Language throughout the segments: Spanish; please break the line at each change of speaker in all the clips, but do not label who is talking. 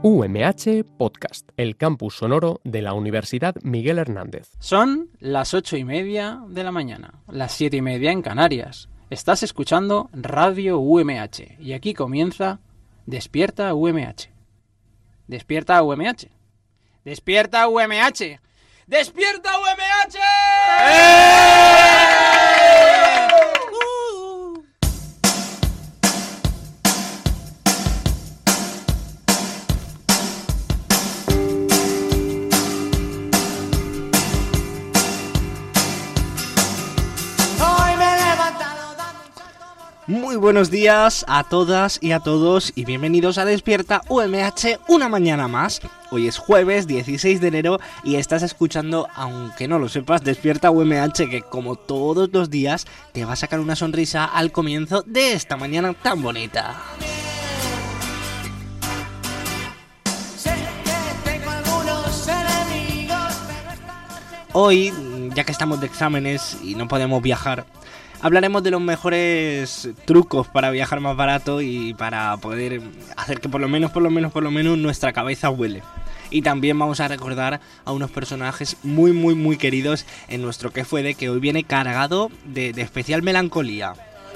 UMH Podcast, el campus sonoro de la Universidad Miguel Hernández.
Son las 8:30 de la mañana, las 7:30 en Canarias. Estás escuchando Radio UMH y aquí comienza Despierta UMH. Despierta UMH. Despierta UMH. Despierta UMH.
Muy buenos días a todas y a todos y bienvenidos a Despierta UMH una mañana más. Hoy es jueves 16 de enero y estás escuchando, aunque no lo sepas, Despierta UMH, que como todos los días te va a sacar una sonrisa al comienzo de esta mañana tan bonita. Hoy, ya que estamos de exámenes y no podemos viajar, hablaremos de los mejores trucos para viajar más barato y para poder hacer que por lo menos nuestra cabeza vuele. Y también vamos a recordar a unos personajes muy queridos en nuestro Que Fue De, que hoy viene cargado de especial melancolía.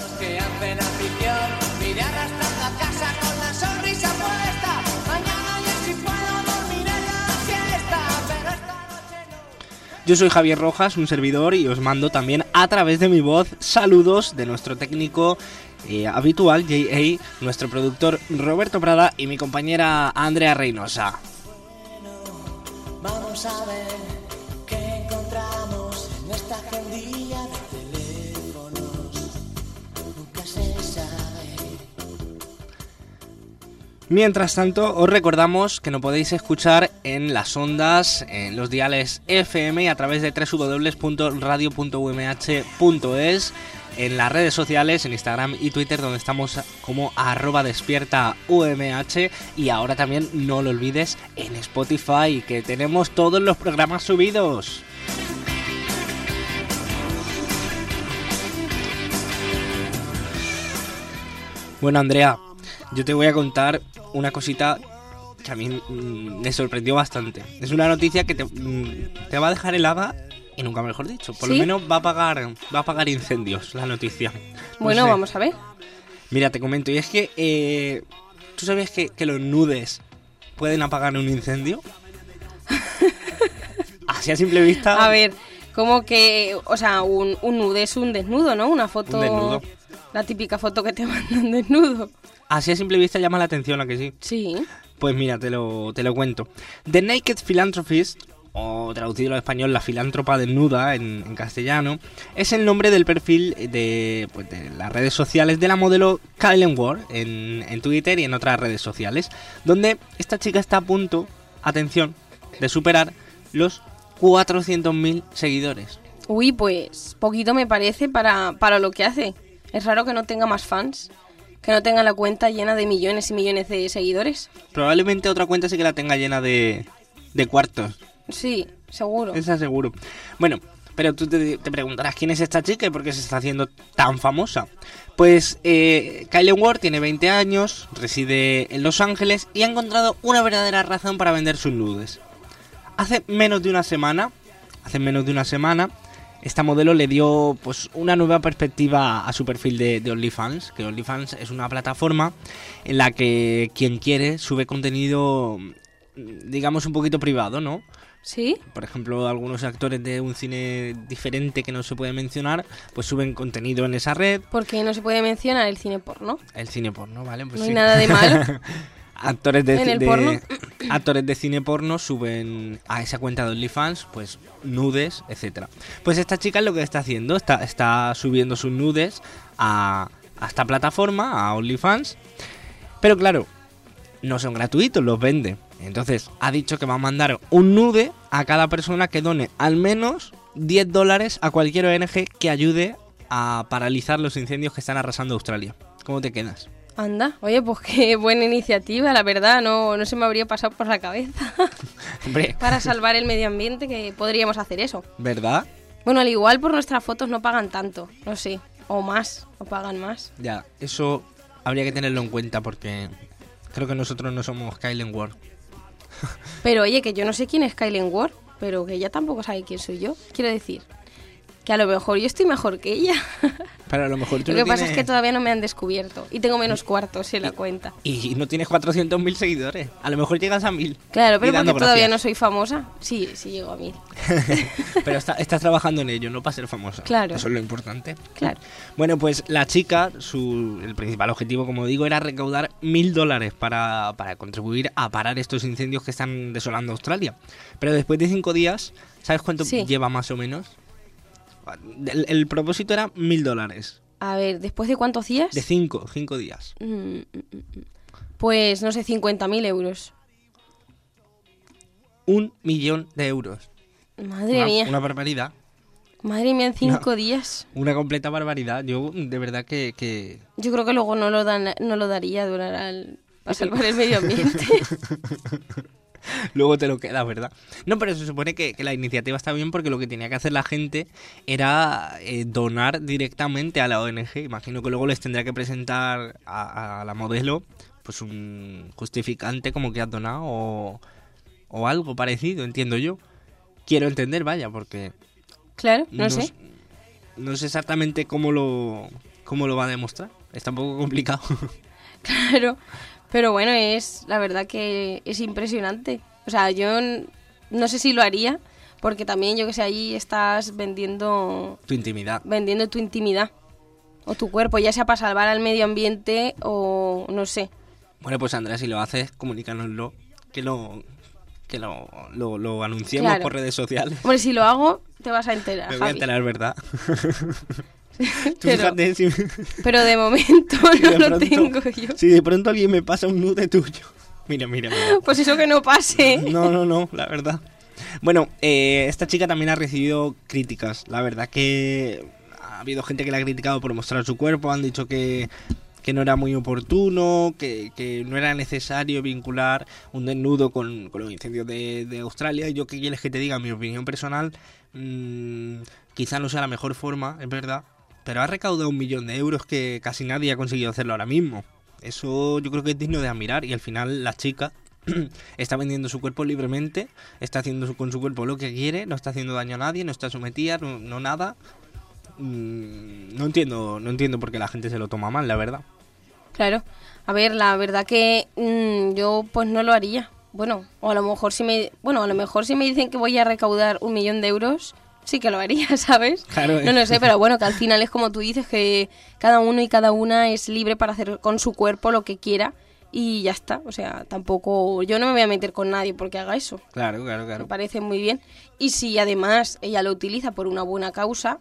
Yo soy Javier Rojas, un servidor, y os mando también a través de mi voz saludos de nuestro técnico habitual, J.A., nuestro productor Roberto Prada y mi compañera Andrea Reynosa. Vamos a ver qué encontramos en esta agendilla de teléfonos. Nunca se sabe. Mientras tanto, os recordamos que nos podéis escuchar en las ondas, en los diales FM y a través de www.radio.umh.es, en las redes sociales, en Instagram y Twitter, donde estamos como @despiertaumh, y ahora también, no lo olvides, en Spotify, que tenemos todos los programas subidos. Bueno, Andrea, yo te voy a contar una cosita que a mí me sorprendió bastante. Es una noticia que te va a dejar helada y nunca mejor dicho. Por lo menos va a apagar incendios la noticia.
Bueno,
sé.
Vamos a ver.
Mira, te comento. Y es que ¿tú sabías que los nudes pueden apagar un incendio? Así a simple vista.
A ver, como que, o sea, un nude es un desnudo, ¿no? Una foto.
Un desnudo.
La típica foto que te mandan desnudo.
Así a simple vista llama la atención, ¿a que sí?
Sí.
Pues mira, te lo cuento. The Naked Philanthropist, o traducido al español, la filántropa desnuda en castellano, es el nombre del perfil de las redes sociales de la modelo Kylie Ward en Twitter y en otras redes sociales, donde esta chica está a punto, atención, de superar los 400.000 seguidores.
Uy, pues poquito me parece para lo que hace. Es raro que no tenga más fans, que no tenga la cuenta llena de millones y millones de seguidores.
Probablemente otra cuenta sí que la tenga llena de cuartos.
Sí, seguro.
Esa seguro. Bueno, pero tú te preguntarás quién es esta chica y por qué se está haciendo tan famosa. Pues Kylie Ward tiene 20 años, reside en Los Ángeles y ha encontrado una verdadera razón para vender sus nudes. Hace menos de una semana, esta modelo le dio pues una nueva perspectiva a su perfil de OnlyFans, que OnlyFans es una plataforma en la que quien quiere sube contenido, digamos, un poquito privado, ¿no?
¿Sí?
Por ejemplo, algunos actores de un cine diferente que no se puede mencionar, pues suben contenido en esa red.
Porque no se puede mencionar el cine porno.
El cine porno, ¿vale? Pues
no
sí.
hay nada de malo.
Actores
porno.
Actores de cine porno suben a esa cuenta de OnlyFans pues nudes, etcétera. Pues esta chica es lo que está haciendo, está subiendo sus nudes a esta plataforma, a OnlyFans. Pero claro, no son gratuitos, los vende. Entonces ha dicho que va a mandar un nude a cada persona que done al menos $10 a cualquier ONG que ayude a paralizar los incendios que están arrasando Australia. ¿Cómo te quedas?
Anda, oye, pues qué buena iniciativa, la verdad, no se me habría pasado por la cabeza.
Hombre.
Para salvar el medio ambiente, que podríamos hacer eso.
¿Verdad?
Bueno, al igual por nuestras fotos no pagan tanto, no sé, o más, o pagan más.
Ya, eso habría que tenerlo en cuenta porque creo que nosotros no somos Kylie Ward.
Pero oye, que yo no sé quién es Kylie Ward, pero que ella tampoco sabe quién soy yo. Quiero decir, que a lo mejor yo estoy mejor que ella.
Pero a lo mejor tú
Lo
no
que pasa
tienes...
es que todavía no me han descubierto y tengo menos cuartos en la cuenta.
Y no tienes 400.000 seguidores. A lo mejor llegas a 1.000.
Claro, pero
Y dando
porque todavía
gracias.
no soy famosa. Sí, sí llego a 1000.
Pero estás trabajando en ello, no para ser famosa.
Claro.
Eso es lo importante.
Claro.
Bueno, pues la chica, el principal objetivo, como digo, era recaudar $1.000 para contribuir a parar estos incendios que están desolando Australia. Pero después de 5 días, ¿sabes cuánto
Sí.
lleva más o menos? El propósito era $1.000.
A ver, ¿después de cuántos días?
De 5 días.
Pues no sé, 50.000 euros.
1 millón de euros.
Madre mía.
Una barbaridad.
Madre mía, en 5 días.
Una completa barbaridad. Yo, de verdad que...
Yo creo que luego no lo daría para salvar el medio ambiente.
Luego te lo queda, ¿verdad? No, pero se supone que la iniciativa está bien porque lo que tenía que hacer la gente era donar directamente a la ONG. Imagino que luego les tendrá que presentar a la modelo pues un justificante como que has donado o algo parecido, entiendo yo. Quiero entender, vaya, porque...
Claro, no sé.
No sé exactamente cómo lo va a demostrar. Está un poco complicado.
Claro, pero bueno, la verdad que es impresionante. O sea, yo no sé si lo haría, porque también, yo que sé, ahí estás vendiendo
Tu intimidad.
tu intimidad o tu cuerpo, ya sea para salvar al medio ambiente o no sé.
Bueno, pues Andrea, si lo haces, comunícanoslo, que lo anunciemos
Claro.
por redes sociales.
Hombre, si lo hago, te vas a enterar,
Me voy a
Javi.
enterar, ¿verdad? Tú
Pero,
fíjate si,
pero de momento
si de
no lo
pronto-
tengo yo.
si de pronto alguien me pasa un nude tuyo. Mira.
Pues eso que no pase.
No, la verdad. Bueno, esta chica también ha recibido críticas. La verdad que ha habido gente que la ha criticado por mostrar su cuerpo. Han dicho que no era muy oportuno, que no era necesario vincular un desnudo con los incendios de Australia. Y yo, ¿qué quieres que te diga? Mi opinión personal, quizá no sea la mejor forma, es verdad, pero ha recaudado 1 millón de euros que casi nadie ha conseguido hacerlo ahora mismo. Eso yo creo que es digno de admirar, y al final la chica está vendiendo su cuerpo libremente, está haciendo con su cuerpo lo que quiere, no está haciendo daño a nadie, no está sometida, no nada. No entiendo por qué la gente se lo toma mal, la verdad.
Claro. A ver, la verdad que yo pues no lo haría. Bueno, o a lo mejor si me dicen que voy a recaudar 1 millón de euros, sí que lo haría, ¿sabes?
Claro,
No lo sé, pero bueno, que al final es como tú dices, que cada uno y cada una es libre para hacer con su cuerpo lo que quiera y ya está. O sea, tampoco, yo no me voy a meter con nadie porque haga eso.
Claro.
Me parece muy bien. Y si además ella lo utiliza por una buena causa,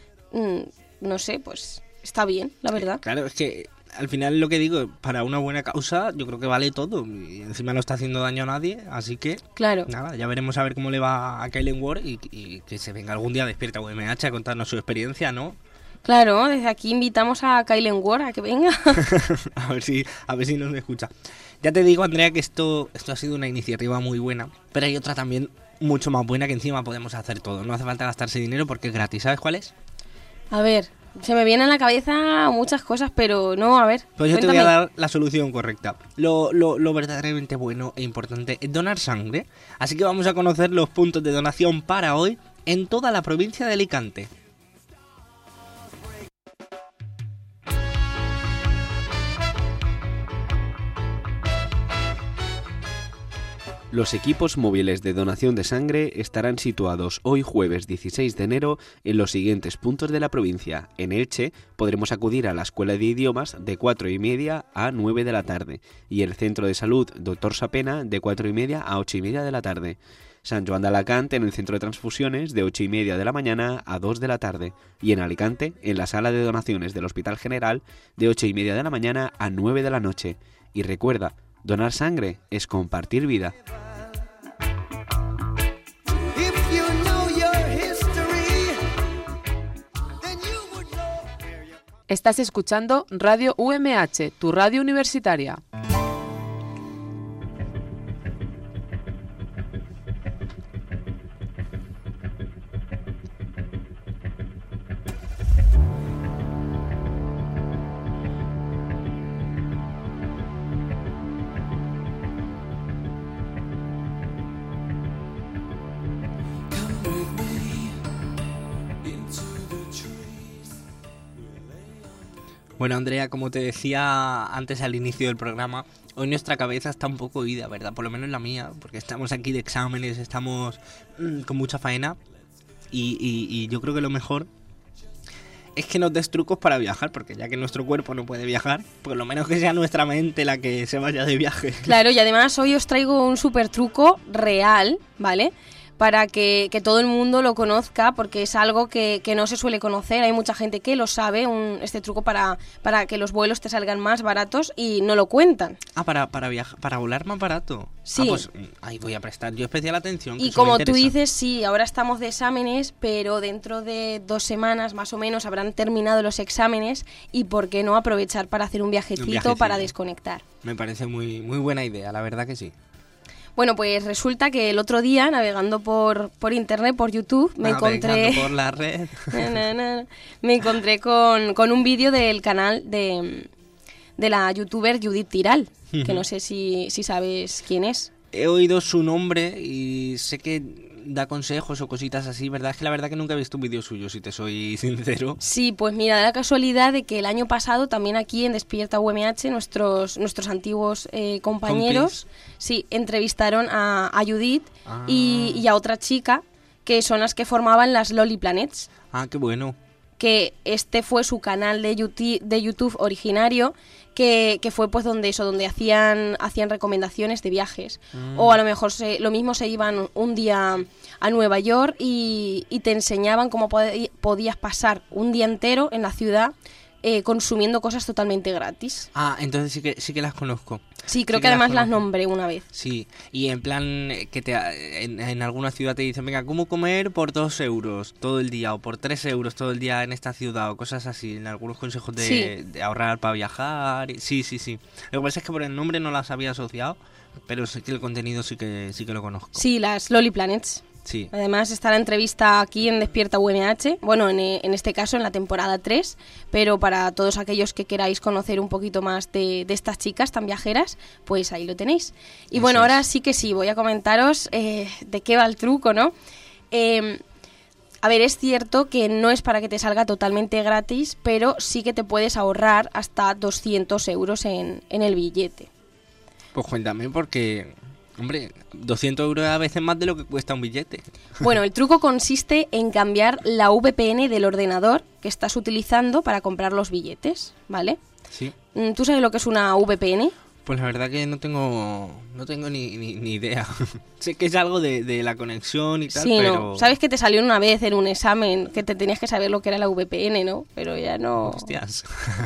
no sé, pues está bien, la verdad.
Claro, es que al final lo que digo, para una buena causa yo creo que vale todo, y encima no está haciendo daño a nadie, así que
Claro.
nada, ya veremos a ver cómo le va a Kylie Ward y que se venga algún día Despierta UMH a contarnos su experiencia, ¿no?
Claro, desde aquí invitamos a Kylie Ward a que venga.
a ver si nos escucha. Ya te digo, Andrea, que esto ha sido una iniciativa muy buena, pero hay otra también mucho más buena, que encima podemos hacer todo. No hace falta gastarse dinero porque es gratis. ¿Sabes cuál es?
A ver, se me vienen a la cabeza muchas cosas, pero no, a ver.
Pues yo te
cuéntame.
voy a dar la solución correcta. Lo verdaderamente bueno e importante es donar sangre. Así que vamos a conocer los puntos de donación para hoy en toda la provincia de Alicante.
Los equipos móviles de donación de sangre estarán situados hoy jueves 16 de enero en los siguientes puntos de la provincia. En Elche podremos acudir a la Escuela de Idiomas de 4:30 a 9 de la tarde y el Centro de Salud Dr. Sapena de 4:30 a 8:30 de la tarde. San Joan de Alacant en el Centro de Transfusiones de 8:30 de la mañana a 2 de la tarde y en Alicante en la Sala de Donaciones del Hospital General de 8:30 de la mañana a 9 de la noche. Y recuerda, donar sangre es compartir vida.
Estás escuchando Radio UMH, tu radio universitaria.
Bueno, Andrea, como te decía antes al inicio del programa, hoy nuestra cabeza está un poco ida, ¿verdad? Por lo menos la mía, porque estamos aquí de exámenes, estamos con mucha faena y yo creo que lo mejor es que nos des trucos para viajar, porque ya que nuestro cuerpo no puede viajar, por lo menos que sea nuestra mente la que se vaya de viaje.
Claro, y además hoy os traigo un súper truco real, ¿vale? Para que todo el mundo lo conozca, porque es algo que no se suele conocer. Hay mucha gente que lo sabe, este truco para que los vuelos te salgan más baratos y no lo cuentan.
Ah, para viajar, para volar más barato.
Sí.
Ah, pues ahí voy a prestar yo especial atención.
Y como tú dices, sí, ahora estamos de exámenes, pero dentro de 2 semanas más o menos habrán terminado los exámenes y ¿por qué no aprovechar para hacer un viajecito para desconectar?
Me parece muy, muy buena idea, la verdad que sí.
Bueno, pues resulta que el otro día, navegando por internet, por YouTube, me encontré...
por la red.
Me encontré con un vídeo del canal de la youtuber Judith Tiral, que no sé si sabes quién es.
He oído su nombre y sé que da consejos o cositas así, ¿verdad? Es que la verdad que nunca he visto un vídeo suyo, si te soy sincero.
Sí, pues mira, da la casualidad de que el año pasado también aquí en Despierta UMH nuestros antiguos compañeros sí entrevistaron a Judith y a otra chica que son las que formaban las Loli Planets.
Ah, qué bueno.
Que este fue su canal de YouTube originario, que fue pues donde hacían recomendaciones de viajes. O a lo mejor lo mismo se iban un día a Nueva York y te enseñaban cómo podías pasar un día entero en la ciudad consumiendo cosas totalmente gratis.
Ah, entonces sí que las conozco.
Sí, creo que además las nombré una vez.
Sí, y en plan que en alguna ciudad te dicen, venga, ¿cómo comer por 2 euros todo el día? O por 3 euros todo el día en esta ciudad, o cosas así, en algunos consejos de ahorrar para viajar. Sí. Lo que pasa es que por el nombre no las había asociado, pero sé que el contenido sí que lo conozco.
Sí, las Loli Planets.
Sí.
Además está la entrevista aquí en Despierta UMH, bueno, en este caso en la temporada 3, pero para todos aquellos que queráis conocer un poquito más de estas chicas tan viajeras, pues ahí lo tenéis. Y bueno, ahora sí que sí, voy a comentaros de qué va el truco, ¿no? A ver, es cierto que no es para que te salga totalmente gratis, pero sí que te puedes ahorrar hasta 200 euros en el billete.
Pues cuéntame, porque... Hombre, 200 euros a veces más de lo que cuesta un billete.
Bueno, el truco consiste en cambiar la VPN del ordenador que estás utilizando para comprar los billetes, ¿vale?
Sí.
¿Tú sabes lo que es una VPN?
Pues la verdad que no tengo ni idea. Sé que es algo de la conexión y tal,
sí,
pero...
No. Sabes que te salió una vez en un examen que te tenías que saber lo que era la VPN, ¿no? Pero ya no...
Hostias.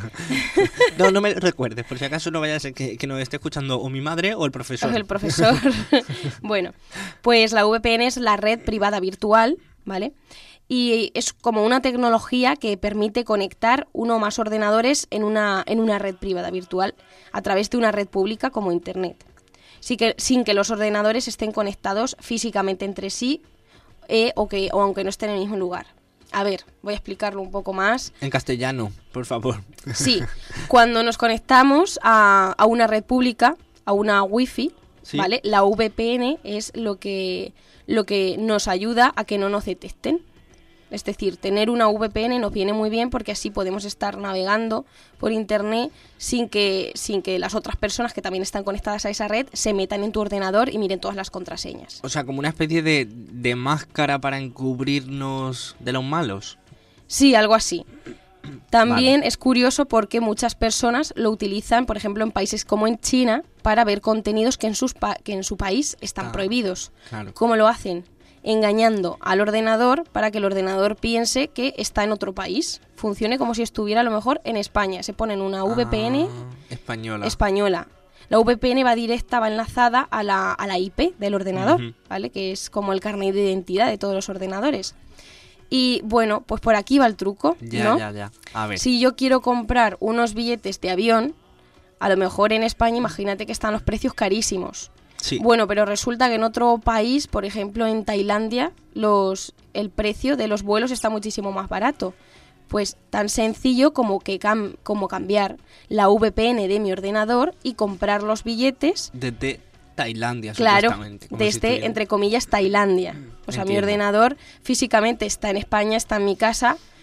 No me recuerdes, por si acaso no vaya a ser que nos esté escuchando o mi madre o el profesor.
O el profesor. Bueno, pues la VPN es la red privada virtual, ¿vale? Y es como una tecnología que permite conectar uno o más ordenadores en una red privada virtual a través de una red pública como Internet, sin que los ordenadores estén conectados físicamente entre sí o aunque no estén en el mismo lugar. A ver, voy a explicarlo un poco más.
En castellano, por favor.
Sí, cuando nos conectamos a una red pública, a una wifi, ¿sí? ¿Vale? La VPN es lo que nos ayuda a que no nos detecten. Es decir, tener una VPN nos viene muy bien porque así podemos estar navegando por internet sin que las otras personas que también están conectadas a esa red se metan en tu ordenador y miren todas las contraseñas.
O sea, como una especie de máscara para encubrirnos de los malos.
Sí, algo así. También es curioso porque muchas personas lo utilizan, por ejemplo, en países como en China, para ver contenidos que en su país están prohibidos.
Claro.
¿Cómo lo hacen? Engañando al ordenador para que el ordenador piense que está en otro país. Funcione como si estuviera a lo mejor en España. Se ponen una VPN española. La VPN va enlazada a la IP del ordenador, ¿vale? Que es como el carnet de identidad de todos los ordenadores. Y bueno, pues por aquí va el truco, ¿no?
Ya. A ver.
Si yo quiero comprar unos billetes de avión, a lo mejor en España, imagínate que están los precios carísimos.
Sí.
Bueno, pero resulta que en otro país, por ejemplo en Tailandia, el precio de los vuelos está muchísimo más barato. Pues tan sencillo como cambiar la VPN de mi ordenador y comprar los billetes
desde Tailandia,
claro,
supuestamente.
desde, entre comillas, Tailandia. O sea, mi ordenador físicamente está en España, está en mi casa,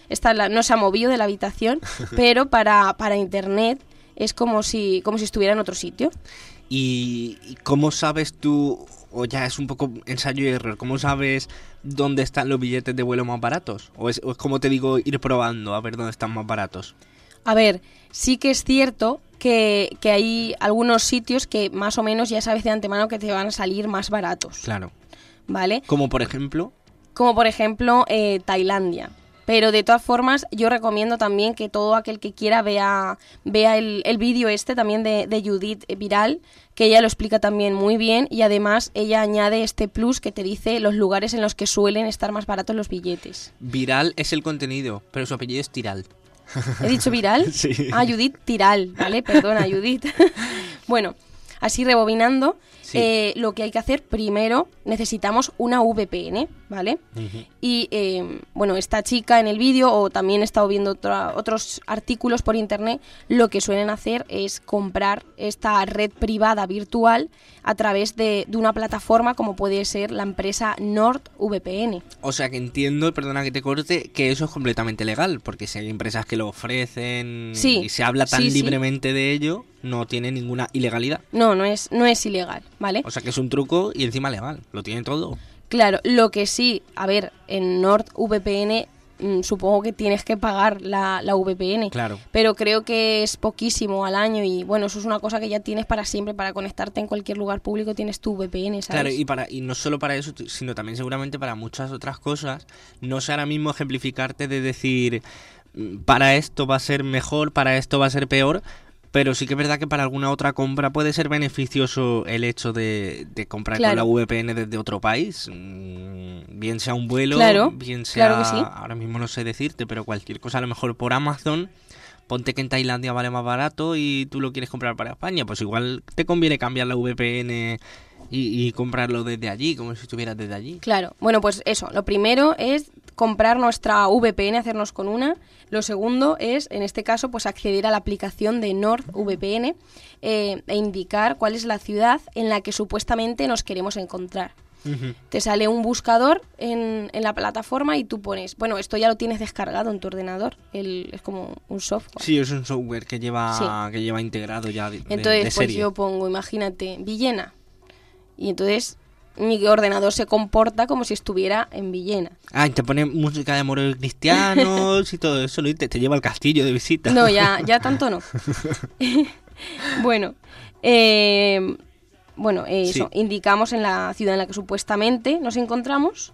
no se ha movido de la habitación, pero para internet es como si estuviera en otro sitio.
¿Y cómo sabes tú, o ya es un poco ensayo y error, cómo sabes dónde están los billetes de vuelo más baratos? ¿O es como te digo, ir probando a ver dónde están más baratos?
A ver, sí que es cierto que hay algunos sitios que más o menos ya sabes de antemano que te van a salir más baratos.
Claro.
¿Vale?
Como por ejemplo
Tailandia. Pero de todas formas, yo recomiendo también que todo aquel que quiera vea el vídeo también de Judith Viral, que ella lo explica también muy bien, y además ella añade este plus que te dice los lugares en los que suelen estar más baratos los billetes.
Viral es el contenido, pero su apellido es Tiral.
¿He dicho Viral?
Sí.
Ah, Judith Tiral, ¿vale? Perdona, Judith. Bueno, así rebobinando, sí. Lo que hay que hacer primero, necesitamos una VPN, ¿vale? Uh-huh. Y bueno, esta chica en el vídeo, o también he estado viendo otros artículos por internet, lo que suelen hacer es comprar esta red privada virtual a través de una plataforma como puede ser la empresa NordVPN.
O sea que entiendo, perdona que te corte, que eso es completamente legal, porque si hay empresas que lo ofrecen y se habla tan libremente de ello, no tiene ninguna ilegalidad.
No es ilegal, ¿vale?
O sea que es un truco y encima legal, lo tiene todo.
Claro, lo que sí, a ver, en NordVPN supongo que tienes que pagar la VPN,
claro.
Pero creo que es poquísimo al año y bueno, eso es una cosa que ya tienes para siempre, para conectarte en cualquier lugar público tienes tu VPN, ¿sabes?
Claro, y no solo para eso, sino también seguramente para muchas otras cosas. No sé ahora mismo ejemplificarte de decir, para esto va a ser mejor, para esto va a ser peor. Pero sí que es verdad que para alguna otra compra puede ser beneficioso el hecho de comprar con la VPN desde otro país. Bien sea un vuelo, bien sea...
Claro que sí.
Ahora mismo no sé decirte, pero cualquier cosa, a lo mejor por Amazon, ponte que en Tailandia vale más barato y tú lo quieres comprar para España, pues igual te conviene cambiar la VPN y comprarlo desde allí, como si estuvieras desde allí.
Claro, bueno, pues eso, lo primero es comprar nuestra VPN, hacernos con una. Lo segundo es, en este caso, pues acceder a la aplicación de NordVPN e indicar cuál es la ciudad en la que supuestamente nos queremos encontrar. Uh-huh. Te sale un buscador en la plataforma y tú pones, bueno, esto ya lo tienes descargado en tu ordenador, es como un software.
Sí, es un software que lleva integrado ya
entonces,
de
pues yo pongo, imagínate, Villena, y entonces mi ordenador se comporta como si estuviera en Villena.
Ah, y te pone música de moros cristianos y todo eso, ¿no? Y te lleva al castillo de visita.
No, ya tanto no. Bueno, eso, indicamos en la ciudad en la que supuestamente nos encontramos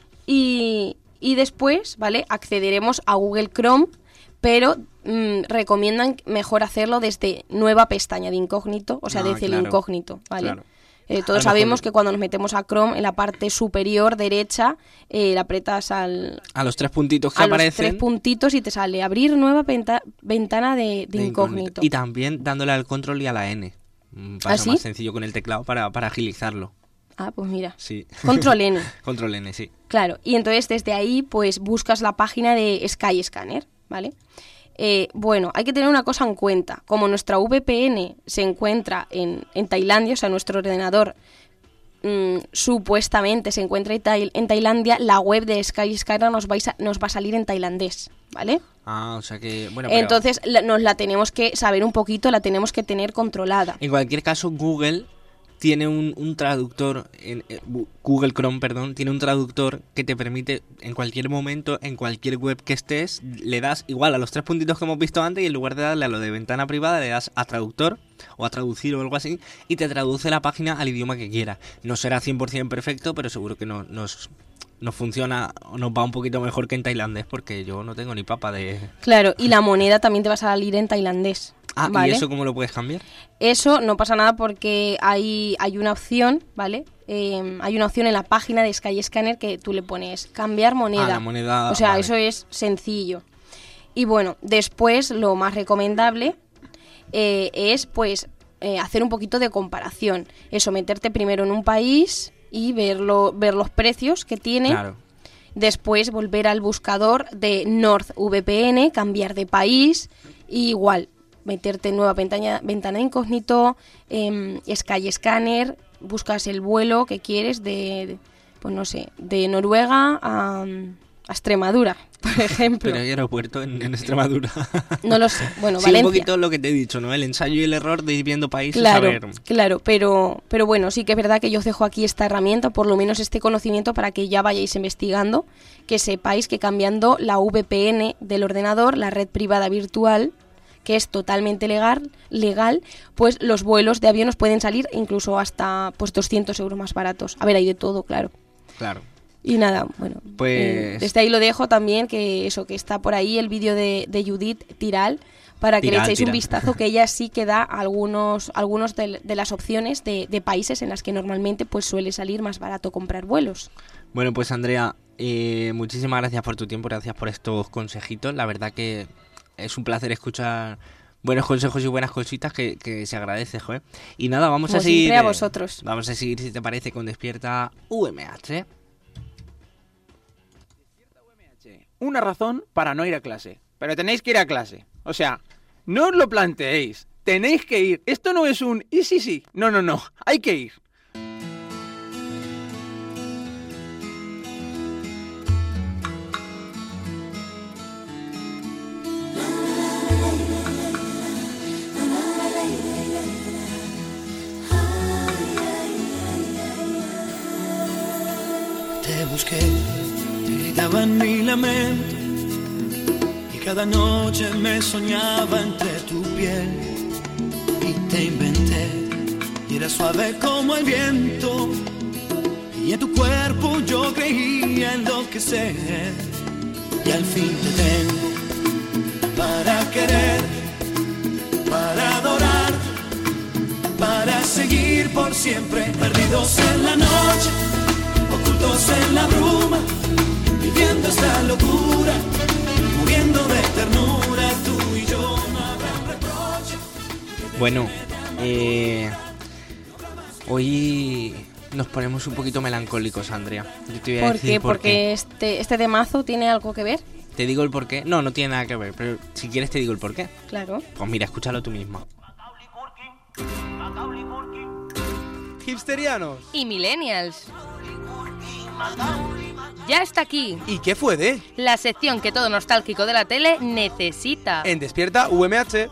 y después, ¿vale? Accederemos a Google Chrome, pero recomiendan mejor hacerlo desde nueva pestaña de incógnito, o sea, desde el incógnito, ¿vale? Claro. Todos sabemos que cuando nos metemos a Chrome, en la parte superior derecha, le apretas a
los tres puntitos que aparecen.
A los tres puntitos y te sale abrir nueva ventana de incógnito.
Y también dándole al control y a la N. Un paso más sencillo con el teclado para agilizarlo.
Ah, pues mira.
Sí.
Control N.
Control N, sí.
Claro, y entonces desde ahí pues buscas la página de Skyscanner, ¿vale? Bueno, hay que tener una cosa en cuenta. Como nuestra VPN se encuentra en Tailandia, o sea, nuestro ordenador supuestamente se encuentra en Tailandia, la web de Skyscanner nos va a salir en tailandés, ¿vale?
Ah, o sea que... Bueno,
entonces nos la tenemos que saber un poquito, la tenemos que tener controlada.
En cualquier caso, Google tiene un traductor, Google Chrome, perdón, tiene un traductor que te permite en cualquier momento, en cualquier web que estés, le das igual a los tres puntitos que hemos visto antes y en lugar de darle a lo de ventana privada, le das a traductor o a traducir o algo así y te traduce la página al idioma que quieras. No será 100% perfecto, pero seguro que nos funciona o nos va un poquito mejor que en tailandés porque yo no tengo ni papa de...
Claro, y la moneda también te va a salir en tailandés.
Ah,
¿vale?
¿Y eso cómo lo puedes cambiar?
Eso no pasa nada porque hay una opción, ¿vale? Hay una opción en la página de Skyscanner que tú le pones cambiar moneda.
Ah, la moneda...
O sea,
vale.
Eso es sencillo. Y bueno, después lo más recomendable es pues hacer un poquito de comparación. Eso, meterte primero en un país y ver los precios que tiene.
Claro.
Después volver al buscador de NordVPN, cambiar de país y igual meterte en nueva ventana de incógnito, Skyscanner, buscas el vuelo que quieres pues no sé, de Noruega a Extremadura, por ejemplo.
Pero hay aeropuerto en Extremadura.
No lo sé. Bueno,
Sí,
Valencia.
un poquito lo que te he dicho, ¿no? El ensayo y el error de ir viendo países
Claro,
a ver.
claro, pero bueno, sí que es verdad que yo os dejo aquí esta herramienta, por lo menos este conocimiento para que ya vayáis investigando, que sepáis que cambiando la VPN del ordenador, la red privada virtual, que es totalmente legal, pues los vuelos de avión os pueden salir incluso hasta pues 200 euros más baratos. A ver, hay de todo, claro.
Claro.
Y nada, bueno,
Pues-
desde ahí lo dejo también, que eso, que está por ahí el vídeo de Judith Tiral, para que le echéis un vistazo, que ella sí que da algunos de las opciones de países en las que normalmente pues suele salir más barato comprar vuelos.
Bueno, pues Andrea, muchísimas gracias por tu tiempo, gracias por estos consejitos. La verdad que es un placer escuchar buenos consejos y buenas cositas que se agradece, joder. Y nada, vamos
Como
a seguir.
siempre, a vosotros.
Vamos a seguir, si te parece, con Despierta UMH.
Una razón para no ir a clase. Pero tenéis que ir a clase. O sea, no os lo planteéis. Tenéis que ir. Esto no es un y sí. No. Hay que ir.
Te busqué, te gritaba en mi lamento y cada noche me soñaba entre tu piel y te inventé y era suave como el viento y en tu cuerpo yo creía enloquecer y al fin te tengo para querer, para adorar, para seguir por siempre perdidos en la noche, ocultos en la bruma, viviendo esta locura, muriendo de ternura, tú y yo no habrá reproche.
Bueno, hoy nos ponemos un poquito melancólicos, Andrea. Yo te voy a
¿Por
decir
qué? Porque este temazo tiene algo que ver.
¿Te digo el porqué? No, no tiene nada que ver, pero si quieres te digo el porqué.
Claro.
Pues mira, escúchalo tú misma.
Hipsterianos.
Y millennials. Ya está aquí,
¿Y qué fue de?
la sección que todo nostálgico de la tele necesita.
En Despierta UMH.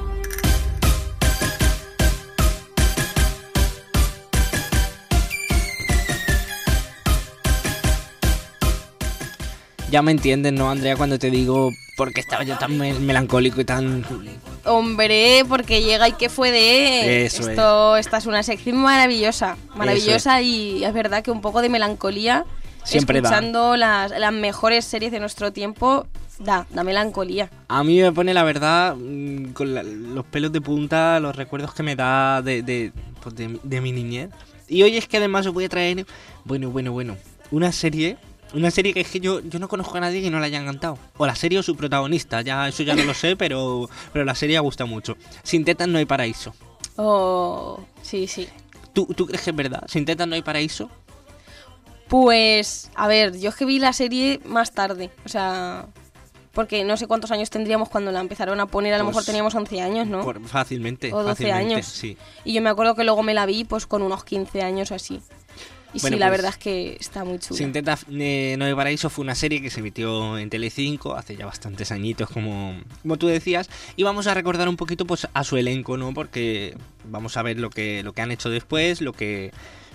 Ya me entiendes, ¿no, Andrea? Cuando te digo por qué estaba yo tan melancólico y tan...
Hombre, porque llega y qué fue de...
Eso
Esta es una sección maravillosa,
Eso
y es verdad que un poco de melancolía,
Siempre da.
escuchando las mejores series de nuestro tiempo, da melancolía.
A mí me pone, la verdad, con los pelos de punta, los recuerdos que me da de mi niñez. Y hoy es que además os voy a traer, bueno, una serie que es que yo no conozco a nadie que no la haya encantado. O la serie o su protagonista, eso ya no lo sé, pero la serie gusta mucho. Sin tetas no hay paraíso.
Oh, sí.
¿Tú crees que es verdad? ¿Sin tetas no hay paraíso?
Pues, a ver, yo es que vi la serie más tarde, o sea... Porque no sé cuántos años tendríamos cuando la empezaron a poner, a lo
Pues,
mejor teníamos 11 años, ¿no?
Fácilmente.
O 12 años.
Sí.
Y yo me acuerdo que luego me la vi pues con unos 15 años o así. Y
Bueno,
sí, la
pues,
verdad es que está muy chula.
Sin tetas no hay paraíso fue una serie que se emitió en Telecinco hace ya bastantes añitos, como tú decías, y vamos a recordar un poquito pues a su elenco, ¿no? Porque vamos a ver lo que han hecho después, lo que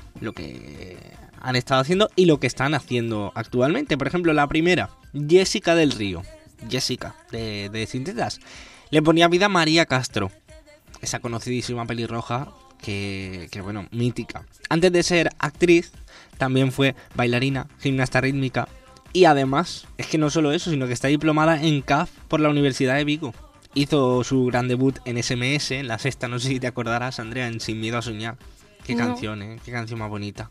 han estado haciendo y lo que están haciendo actualmente. Por ejemplo, la primera, Jessica del Río. Jessica, de Sin Tetas. Le ponía vida a María Castro, esa conocidísima pelirroja que bueno, mítica. Antes de ser actriz, también fue bailarina, gimnasta rítmica y además, es que no solo eso, sino que está diplomada en CAF por la Universidad de Vigo. Hizo su gran debut en SMS, en la sexta, no sé si te acordarás, Andrea, en Sin Miedo a Soñar. Qué
No.
canción, qué canción más bonita.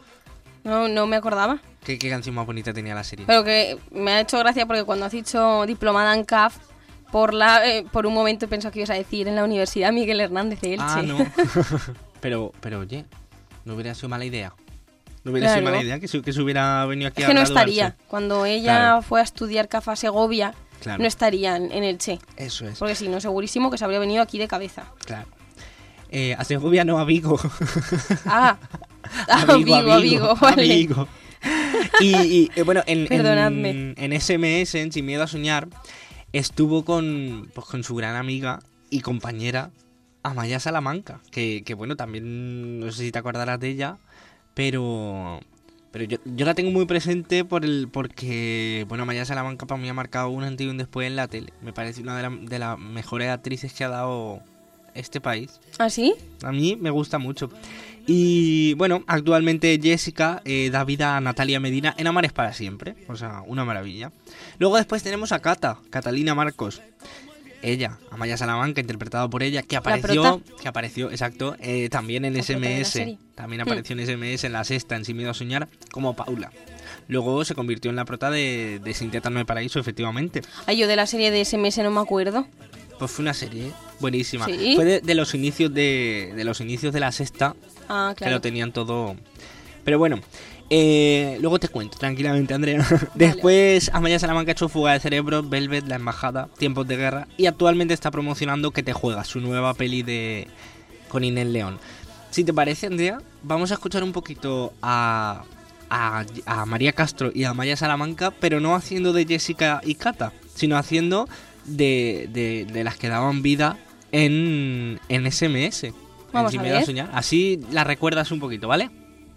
No me acordaba.
Qué canción más bonita tenía la serie.
Pero que me ha hecho gracia porque cuando has dicho diplomada en CAF, por un momento he pensado que ibas a decir en la Universidad Miguel Hernández de Elche.
Ah, no. pero oye, no hubiera sido mala idea. No hubiera sido
Claro.
mala idea que se hubiera venido aquí
Es
a
que no
graduarse.
estaría. Cuando ella
Claro.
fue a estudiar CAF a Segovia,
Claro.
no estaría en Elche.
Eso es,
Porque si no, segurísimo que se habría venido aquí de cabeza.
claro. A Segovia no, a Vigo.
Ah,
A
Vigo,
Vigo,
vale.
a Vigo. Y bueno,
Perdonadme.
en SMS, en Sin Miedo a Soñar, estuvo con su gran amiga y compañera Amaya Salamanca, que bueno, también no sé si te acordarás de ella, pero yo la tengo muy presente porque bueno, Amaya Salamanca para mí ha marcado un antes y un después en la tele. Me parece una de las mejores actrices que ha dado este país.
¿Ah, sí?
A mí me gusta mucho. Y bueno, actualmente Jessica da vida a Natalia Medina en Amar es para siempre. O sea, una maravilla. Luego después tenemos a Catalina Marcos. Ella, Amaya Salamanca, interpretado por ella, que apareció, exacto, también en SMS. También apareció en SMS en la sexta, en Sin Miedo a Soñar, como Paula. Luego se convirtió en la prota de Sin Tetas No hay Paraíso, efectivamente.
Ay, yo de la serie de SMS no me acuerdo.
Pues fue una serie buenísima.
¿Sí?
Fue de los inicios de la sexta,
claro.
Que lo tenían todo. Pero bueno, luego te cuento tranquilamente, Andrea. Después Amaya Salamanca ha hecho Fuga de Cerebros, Velvet, La Embajada, Tiempos de Guerra y actualmente está promocionando Que te juegas, su nueva peli con Inés León. Si te parece, Andrea, vamos a escuchar un poquito a María Castro y a Amaya Salamanca, pero no haciendo de Jessica y Cata, sino haciendo de las que daban vida en SMS.
Vamos
Sin
a
Miedo
ver.
a Soñar. Así la recuerdas un poquito, ¿vale?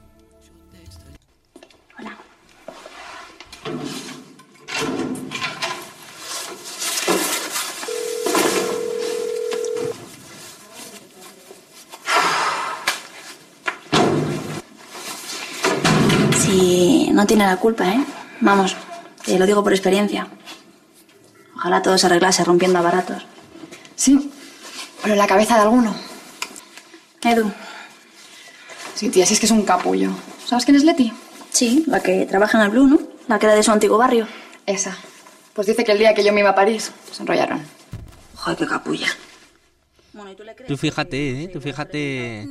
Hola. Sí, no tiene la culpa, ¿eh? Vamos, te lo digo por experiencia. Ojalá todo se arreglase rompiendo aparatos.
Sí, pero en la cabeza de alguno.
Edu.
Sí, tía, si es que es un capullo. ¿Sabes quién es Leti?
Sí, la que trabaja en el Blue, ¿no? La que era de su antiguo barrio.
Esa. Pues dice que el día que yo me iba a París, se enrollaron.
Joder, qué capulla. Bueno, ¿y tú le crees?
Tú fíjate, tú fíjate.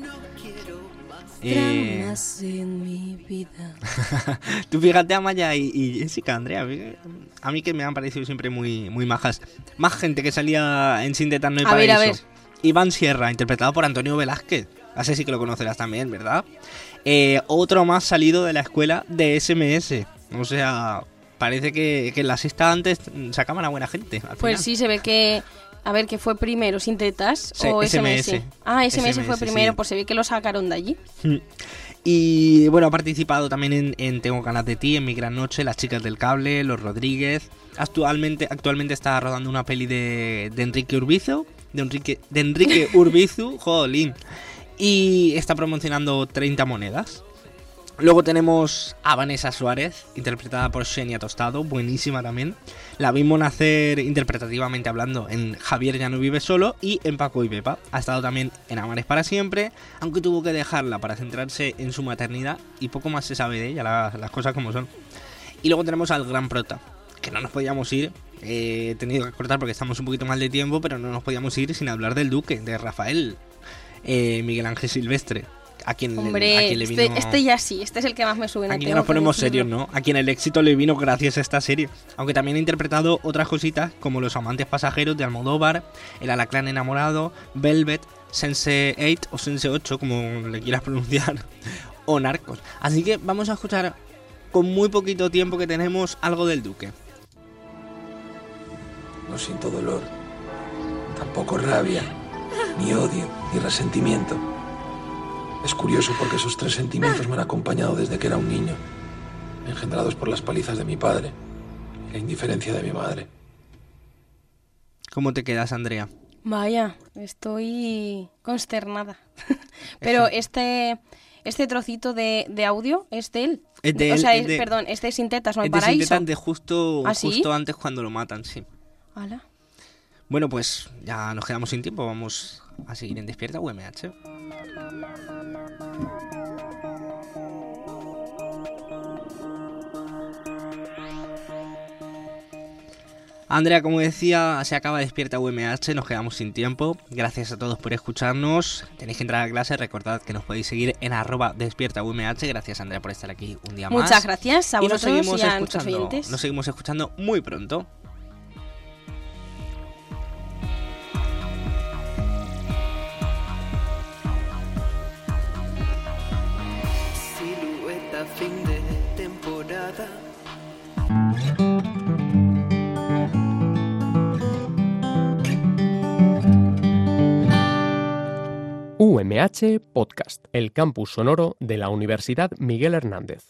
Tú fíjate a Maya y Jessica, Andrea. A mí que me han parecido siempre muy, muy majas. Más gente que salía en Sin Tetas No hay Paraíso.
A ver.
Iván Sierra, interpretado por Antonio Velázquez. Así sí que lo conocerás también, ¿verdad? Otro más salido de la escuela de SMS. O sea, parece que en la sexta antes sacaban a buena gente. Al
Pues
final.
sí, se ve que... A ver, ¿qué fue primero? ¿Sin Tetas
Sí,
o SMS?
SMS.
SMS fue
SMS,
primero,
sí.
pues se ve que lo sacaron de allí.
Y bueno, ha participado también en Tengo ganas de ti, en Mi gran noche, Las chicas del cable, Los Rodríguez. Actualmente está rodando una peli de Enrique Urbizu. De Enrique Urbizu, jolín. Y está promocionando 30 monedas. Luego tenemos a Vanessa Suárez, interpretada por Xenia Tostado, buenísima también. La vimos nacer interpretativamente hablando en Javier ya no vive solo y en Paco y Pepa. Ha estado también en Amar es para siempre, aunque tuvo que dejarla para centrarse en su maternidad y poco más se sabe de ella, las cosas como son. Y luego tenemos al gran prota, que no nos podíamos ir, he tenido que cortar porque estamos un poquito mal de tiempo, pero no nos podíamos ir sin hablar del Duque, de Rafael, Miguel Ángel Silvestre. A quien
Hombre,
le vino...
este ya sí, este es el que más me sube.
Aquí ya nos ponemos serios, ¿no? A quien el éxito le vino gracias a esta serie. Aunque también ha interpretado otras cositas como Los amantes pasajeros de Almodóvar, El alacrán enamorado, Velvet, Sense8 o Sense8, como le quieras pronunciar, o Narcos. Así que vamos a escuchar con muy poquito tiempo que tenemos algo del Duque.
No siento dolor, tampoco rabia, ni odio, ni resentimiento. Es curioso porque esos tres sentimientos me han acompañado desde que era un niño, engendrados por las palizas de mi padre y la indiferencia de mi madre.
¿Cómo te quedas, Andrea?
Vaya, estoy consternada. Pero este trocito de audio es de él.
Es de él,
o sea,
es de-
perdón, es de Sin Tetas No hay
Es de Sin
Paraíso.
Tetas de justo
¿Ah, sí?
antes cuando lo matan, sí.
Hala.
Bueno, pues ya nos quedamos sin tiempo, vamos a seguir en Despierta UMH. Andrea, como decía, se acaba Despierta UMH, nos quedamos sin tiempo. Gracias a todos por escucharnos. Tenéis que entrar a clase, recordad que nos podéis seguir en @Despierta UMH. Gracias, Andrea, por estar aquí un día más.
Muchas gracias a
Y nos
vosotros
seguimos
y a nuestros oyentes.
Nos seguimos escuchando muy pronto.
Silueta
fin de temporada.
UMH Podcast, el campus sonoro de la Universidad Miguel Hernández.